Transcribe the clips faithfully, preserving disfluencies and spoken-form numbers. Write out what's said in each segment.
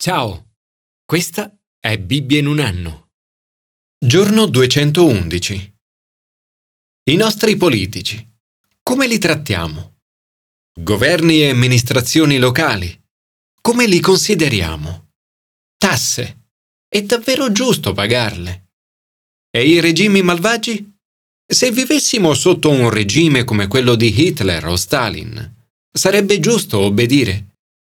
Ciao, questa è Bibbia in un anno. Giorno duecentoundici. I nostri politici. Come li trattiamo? Governi e amministrazioni locali. Come li consideriamo? Tasse. È davvero giusto pagarle? E i regimi malvagi? Se vivessimo sotto un regime come quello di Hitler o Stalin, sarebbe giusto obbedire?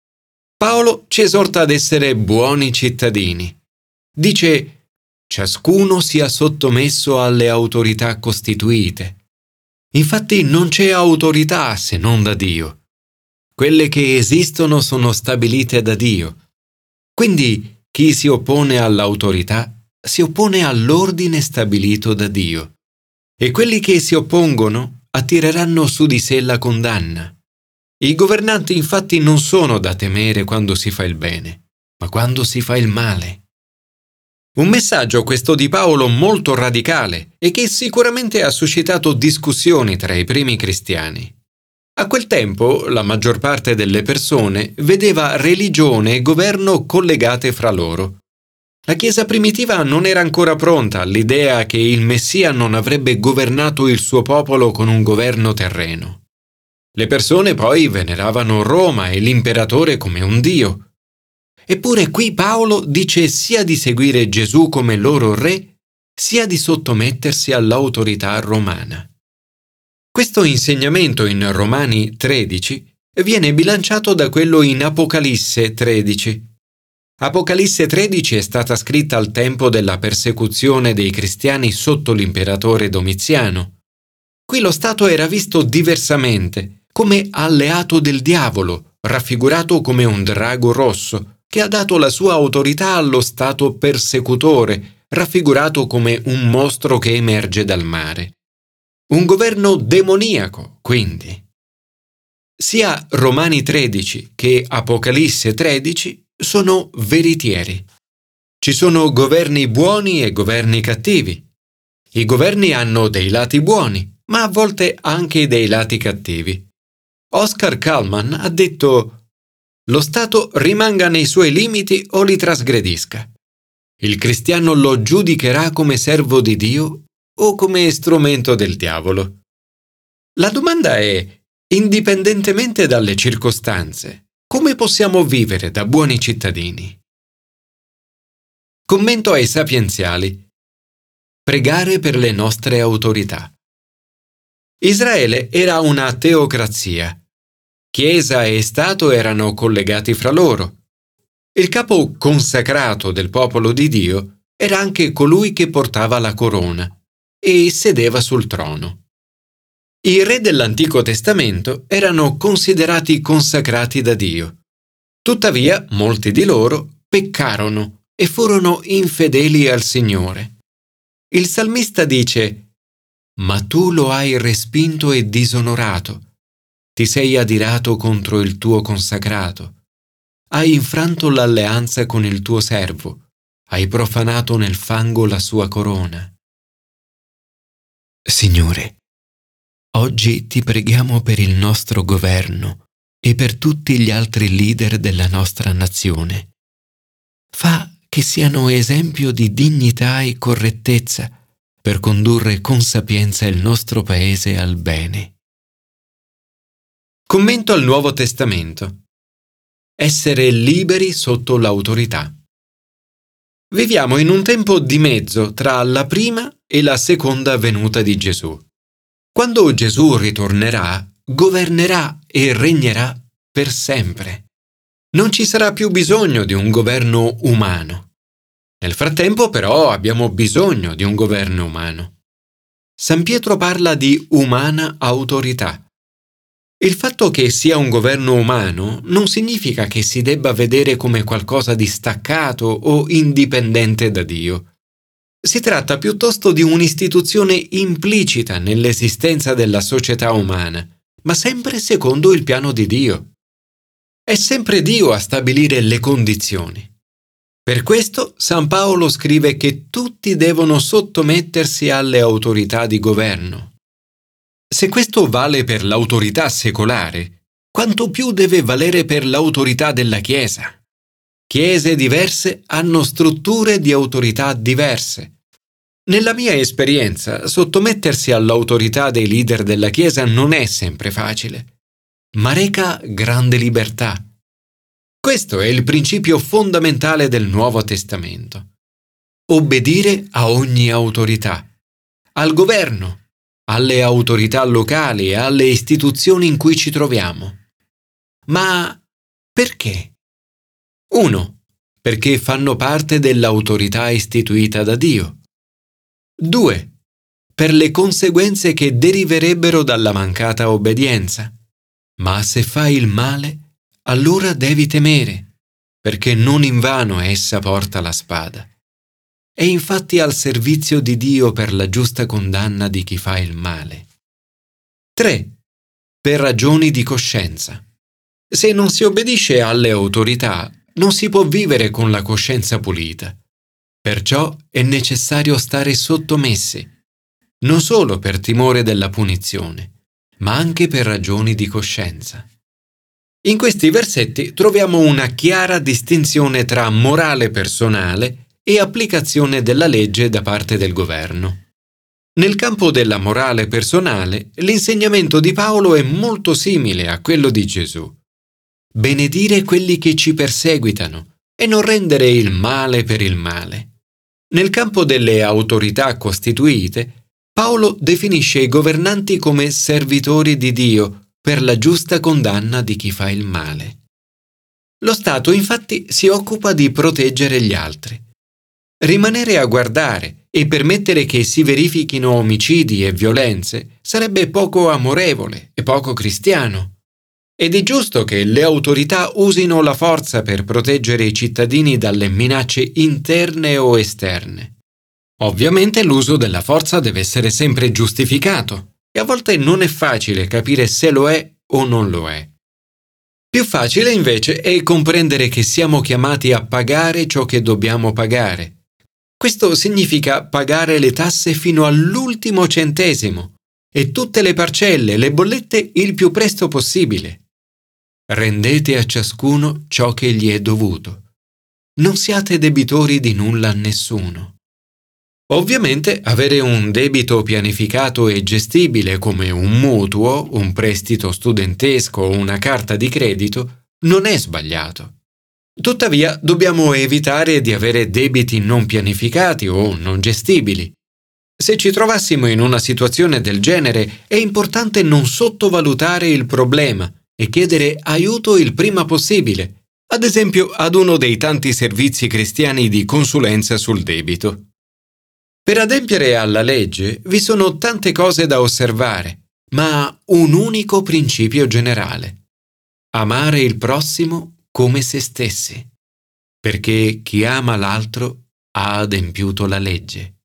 Paolo ci esorta ad essere buoni cittadini. Dice: ciascuno sia sottomesso alle autorità costituite. Infatti non c'è autorità se non da Dio. Quelle che esistono sono stabilite da Dio. Quindi chi si oppone all'autorità si oppone all'ordine stabilito da Dio. E quelli che si oppongono attireranno su di sé la condanna. I governanti infatti non sono da temere quando si fa il bene, ma quando si fa il male. Un messaggio questo di Paolo molto radicale e che sicuramente ha suscitato discussioni tra i primi cristiani. A quel tempo la maggior parte delle persone vedeva religione e governo collegate fra loro. La Chiesa primitiva non era ancora pronta all'idea che il Messia non avrebbe governato il suo popolo con un governo terreno. Le persone poi veneravano Roma e l'imperatore come un dio. Eppure qui Paolo dice sia di seguire Gesù come loro re, sia di sottomettersi all'autorità romana. Questo insegnamento in Romani tredici viene bilanciato da quello in Apocalisse tredici. Apocalisse tredici è stata scritta al tempo della persecuzione dei cristiani sotto l'imperatore Domiziano. Qui lo Stato era visto diversamente, come alleato del diavolo, raffigurato come un drago rosso, che ha dato la sua autorità allo Stato persecutore, raffigurato come un mostro che emerge dal mare. Un governo demoniaco, quindi. Sia Romani tredici che Apocalisse tredici sono veritieri. Ci sono governi buoni e governi cattivi. I governi hanno dei lati buoni, ma a volte anche dei lati cattivi. Oscar Cullmann ha detto: lo Stato rimanga nei suoi limiti o li trasgredisca. Il cristiano lo giudicherà come servo di Dio o come strumento del diavolo. La domanda è: indipendentemente dalle circostanze, come possiamo vivere da buoni cittadini? Commento ai sapienziali. Pregare per le nostre autorità. Israele era una teocrazia. Chiesa e Stato erano collegati fra loro. Il capo consacrato del popolo di Dio era anche colui che portava la corona e sedeva sul trono. I re dell'Antico Testamento erano considerati consacrati da Dio. Tuttavia, molti di loro peccarono e furono infedeli al Signore. Il salmista dice: «Ma tu lo hai respinto e disonorato. Ti sei adirato contro il tuo consacrato. Hai infranto l'alleanza con il tuo servo. Hai profanato nel fango la sua corona». Signore, oggi ti preghiamo per il nostro governo e per tutti gli altri leader della nostra nazione. Fa che siano esempio di dignità e correttezza per condurre con sapienza il nostro paese al bene. Commento al Nuovo Testamento. Essere liberi sotto l'autorità. Viviamo in un tempo di mezzo tra la prima e la seconda venuta di Gesù. Quando Gesù ritornerà, governerà e regnerà per sempre. Non ci sarà più bisogno di un governo umano. Nel frattempo, però, abbiamo bisogno di un governo umano. San Pietro parla di umana autorità. Il fatto che sia un governo umano non significa che si debba vedere come qualcosa di staccato o indipendente da Dio. Si tratta piuttosto di un'istituzione implicita nell'esistenza della società umana, ma sempre secondo il piano di Dio. È sempre Dio a stabilire le condizioni. Per questo San Paolo scrive che tutti devono sottomettersi alle autorità di governo. Se questo vale per l'autorità secolare, quanto più deve valere per l'autorità della Chiesa? Chiese diverse hanno strutture di autorità diverse. Nella mia esperienza, sottomettersi all'autorità dei leader della Chiesa non è sempre facile, ma reca grande libertà. Questo è il principio fondamentale del Nuovo Testamento. Obbedire a ogni autorità, al governo, alle autorità locali e alle istituzioni in cui ci troviamo. Ma perché? uno. Perché fanno parte dell'autorità istituita da Dio. due. Per le conseguenze che deriverebbero dalla mancata obbedienza. Ma se fai il male, allora devi temere, perché non invano essa porta la spada. È infatti al servizio di Dio per la giusta condanna di chi fa il male. tre. Per ragioni di coscienza. Se non si obbedisce alle autorità, non si può vivere con la coscienza pulita. Perciò è necessario stare sottomessi, non solo per timore della punizione, ma anche per ragioni di coscienza. In questi versetti troviamo una chiara distinzione tra morale personale e applicazione della legge da parte del governo. Nel campo della morale personale, l'insegnamento di Paolo è molto simile a quello di Gesù. Benedire quelli che ci perseguitano e non rendere il male per il male. Nel campo delle autorità costituite, Paolo definisce i governanti come servitori di Dio per la giusta condanna di chi fa il male. Lo Stato infatti si occupa di proteggere gli altri. Rimanere a guardare e permettere che si verifichino omicidi e violenze sarebbe poco amorevole e poco cristiano. Ed è giusto che le autorità usino la forza per proteggere i cittadini dalle minacce interne o esterne. Ovviamente l'uso della forza deve essere sempre giustificato e a volte non è facile capire se lo è o non lo è. Più facile invece è comprendere che siamo chiamati a pagare ciò che dobbiamo pagare. Questo significa pagare le tasse fino all'ultimo centesimo e tutte le parcelle, le bollette il più presto possibile. Rendete a ciascuno ciò che gli è dovuto. Non siate debitori di nulla a nessuno. Ovviamente avere un debito pianificato e gestibile come un mutuo, un prestito studentesco o una carta di credito non è sbagliato. Tuttavia dobbiamo evitare di avere debiti non pianificati o non gestibili. Se ci trovassimo in una situazione del genere, è importante non sottovalutare il problema e chiedere aiuto il prima possibile, ad esempio ad uno dei tanti servizi cristiani di consulenza sul debito. Per adempiere alla legge vi sono tante cose da osservare, ma un unico principio generale: amare il prossimo come se stessi, perché chi ama l'altro ha adempiuto la legge.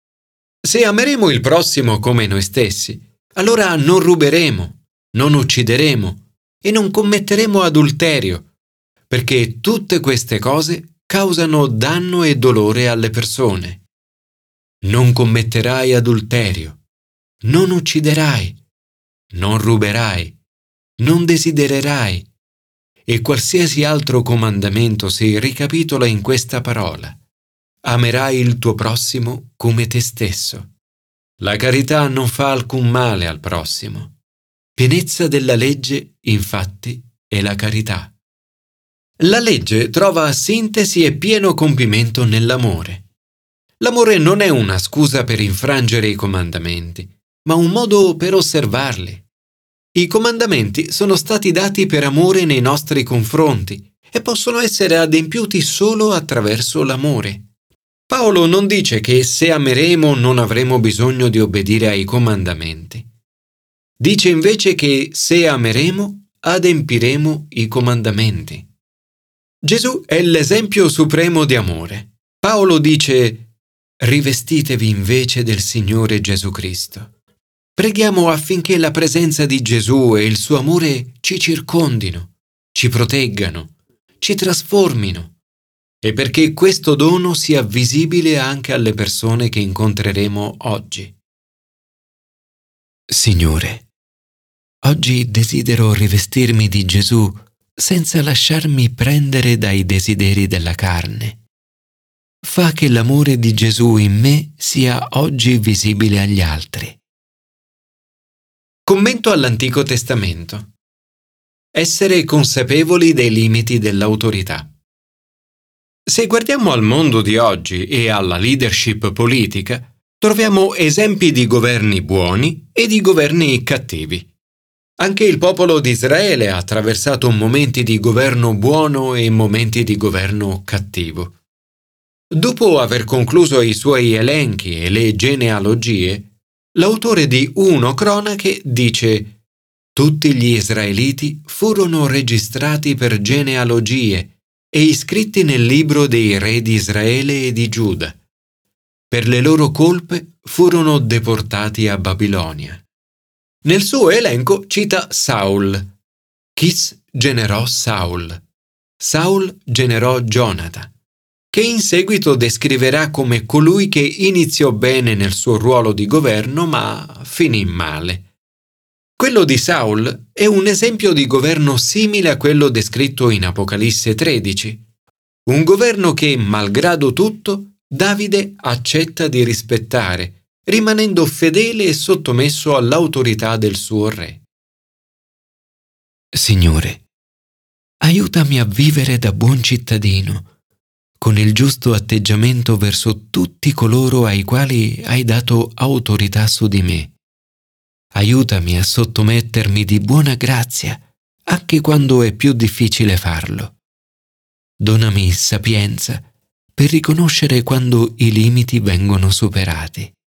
Se ameremo il prossimo come noi stessi, allora non ruberemo, non uccideremo e non commetteremo adulterio, perché tutte queste cose causano danno e dolore alle persone. Non commetterai adulterio, non ucciderai, non ruberai, non desidererai, e qualsiasi altro comandamento si ricapitola in questa parola: amerai il tuo prossimo come te stesso. La carità non fa alcun male al prossimo. Pienezza della legge, infatti, è la carità. La legge trova sintesi e pieno compimento nell'amore. L'amore non è una scusa per infrangere i comandamenti, ma un modo per osservarli. I comandamenti sono stati dati per amore nei nostri confronti e possono essere adempiuti solo attraverso l'amore. Paolo non dice che se ameremo non avremo bisogno di obbedire ai comandamenti. Dice invece che se ameremo, adempiremo i comandamenti. Gesù è l'esempio supremo di amore. Paolo dice: rivestitevi invece del Signore Gesù Cristo. Preghiamo affinché la presenza di Gesù e il suo amore ci circondino, ci proteggano, ci trasformino, e perché questo dono sia visibile anche alle persone che incontreremo oggi. Signore, oggi desidero rivestirmi di Gesù senza lasciarmi prendere dai desideri della carne. Fa che l'amore di Gesù in me sia oggi visibile agli altri. Commento all'Antico Testamento. Essere consapevoli dei limiti dell'autorità. Se guardiamo al mondo di oggi e alla leadership politica, troviamo esempi di governi buoni e di governi cattivi. Anche il popolo di Israele ha attraversato momenti di governo buono e momenti di governo cattivo. Dopo aver concluso i suoi elenchi e le genealogie, l'autore di Uno Cronache dice: tutti gli israeliti furono registrati per genealogie e iscritti nel libro dei re di Israele e di Giuda. Per le loro colpe furono deportati a Babilonia. Nel suo elenco cita Saul. Chis generò Saul. Saul generò Gionata, che in seguito descriverà come colui che iniziò bene nel suo ruolo di governo ma finì male. Quello di Saul è un esempio di governo simile a quello descritto in Apocalisse tredici. Un governo che, malgrado tutto, Davide accetta di rispettare, rimanendo fedele e sottomesso all'autorità del suo re. Signore, aiutami a vivere da buon cittadino, con il giusto atteggiamento verso tutti coloro ai quali hai dato autorità su di me. Aiutami a sottomettermi di buona grazia, anche quando è più difficile farlo. Donami sapienza per riconoscere quando i limiti vengono superati.